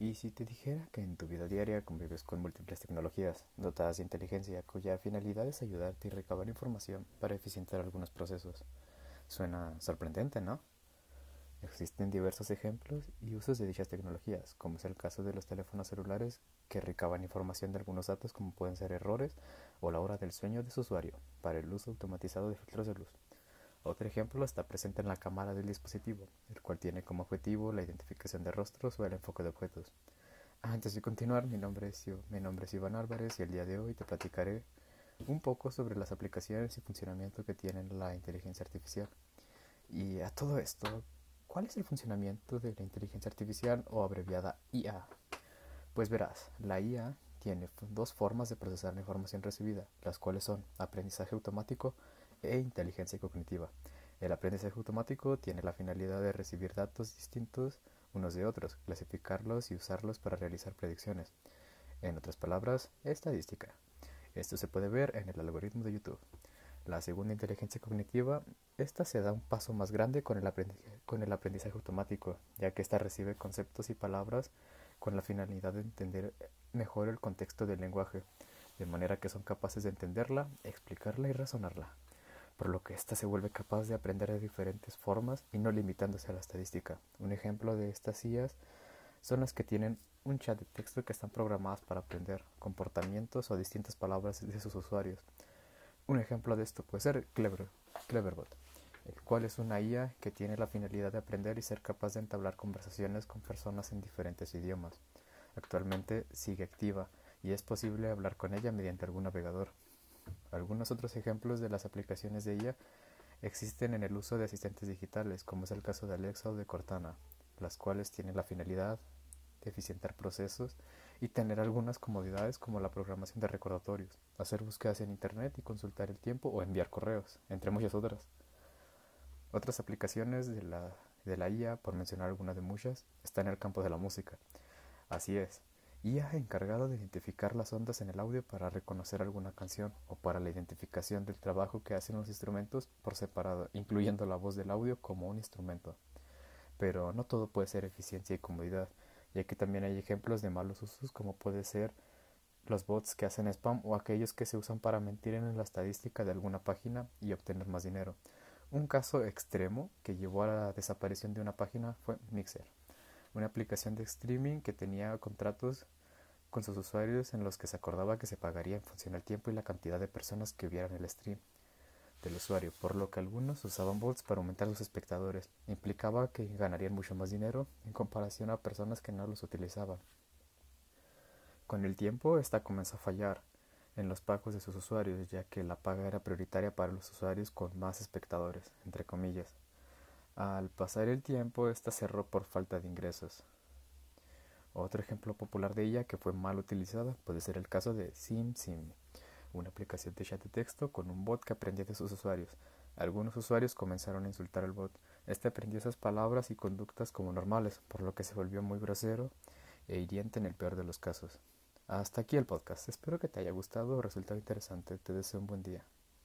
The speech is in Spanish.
¿Y si te dijera que en tu vida diaria convives con múltiples tecnologías dotadas de inteligencia cuya finalidad es ayudarte y recabar información para eficientar algunos procesos? Suena sorprendente, ¿no? Existen diversos ejemplos y usos de dichas tecnologías, como es el caso de los teléfonos celulares que recaban información de algunos datos como pueden ser errores o la hora del sueño de su usuario para el uso automatizado de filtros de luz. Otro ejemplo está presente en la cámara del dispositivo, el cual tiene como objetivo la identificación de rostros o el enfoque de objetos. Antes de continuar, mi nombre es Iván Álvarez y el día de hoy te platicaré un poco sobre las aplicaciones y funcionamiento que tiene la inteligencia artificial. Y a todo esto, ¿cuál es el funcionamiento de la inteligencia artificial o abreviada IA? Pues verás, la IA tiene dos formas de procesar la información recibida, las cuales son aprendizaje automático e inteligencia cognitiva. El aprendizaje automático tiene la finalidad de recibir datos distintos unos de otros, clasificarlos y usarlos para realizar predicciones. En otras palabras, estadística. Esto se puede ver en el algoritmo de YouTube. La segunda inteligencia cognitiva, esta se da un paso más grande con el aprendizaje automático, ya que ésta recibe conceptos y palabras con la finalidad de entender mejor el contexto del lenguaje, de manera que son capaces de entenderla, explicarla y razonarla, por lo que ésta se vuelve capaz de aprender de diferentes formas y no limitándose a la estadística. Un ejemplo de estas IAs son las que tienen un chat de texto que están programadas para aprender comportamientos o distintas palabras de sus usuarios. Un ejemplo de esto puede ser Cleverbot, el cual es una IA que tiene la finalidad de aprender y ser capaz de entablar conversaciones con personas en diferentes idiomas. Actualmente sigue activa y es posible hablar con ella mediante algún navegador. Algunos otros ejemplos de las aplicaciones de IA existen en el uso de asistentes digitales, como es el caso de Alexa o de Cortana, las cuales tienen la finalidad de eficientar procesos y tener algunas comodidades como la programación de recordatorios, hacer búsquedas en internet y consultar el tiempo o enviar correos, entre muchas otras. Otras aplicaciones de la IA, por mencionar alguna de muchas, están en el campo de la música. Así es, IA encargado de identificar las ondas en el audio para reconocer alguna canción o para la identificación del trabajo que hacen los instrumentos por separado, incluyendo la voz del audio como un instrumento. Pero no todo puede ser eficiencia y comodidad, ya que también hay ejemplos de malos usos como puede ser los bots que hacen spam o aquellos que se usan para mentir en la estadística de alguna página y obtener más dinero. Un caso extremo que llevó a la desaparición de una página fue Mixer, una aplicación de streaming que tenía contratos con sus usuarios en los que se acordaba que se pagaría en función del tiempo y la cantidad de personas que vieran el stream del usuario, por lo que algunos usaban bots para aumentar sus espectadores. Implicaba que ganarían mucho más dinero en comparación a personas que no los utilizaban. Con el tiempo, esta comenzó a fallar en los pagos de sus usuarios, ya que la paga era prioritaria para los usuarios con más espectadores, entre comillas. Al pasar el tiempo, esta cerró por falta de ingresos. Otro ejemplo popular de ella que fue mal utilizada puede ser el caso de SimSim, una aplicación de chat de texto con un bot que aprendía de sus usuarios. Algunos usuarios comenzaron a insultar al bot. Este aprendió esas palabras y conductas como normales, por lo que se volvió muy grosero e hiriente en el peor de los casos. Hasta aquí el podcast. Espero que te haya gustado o resultado interesante. Te deseo un buen día.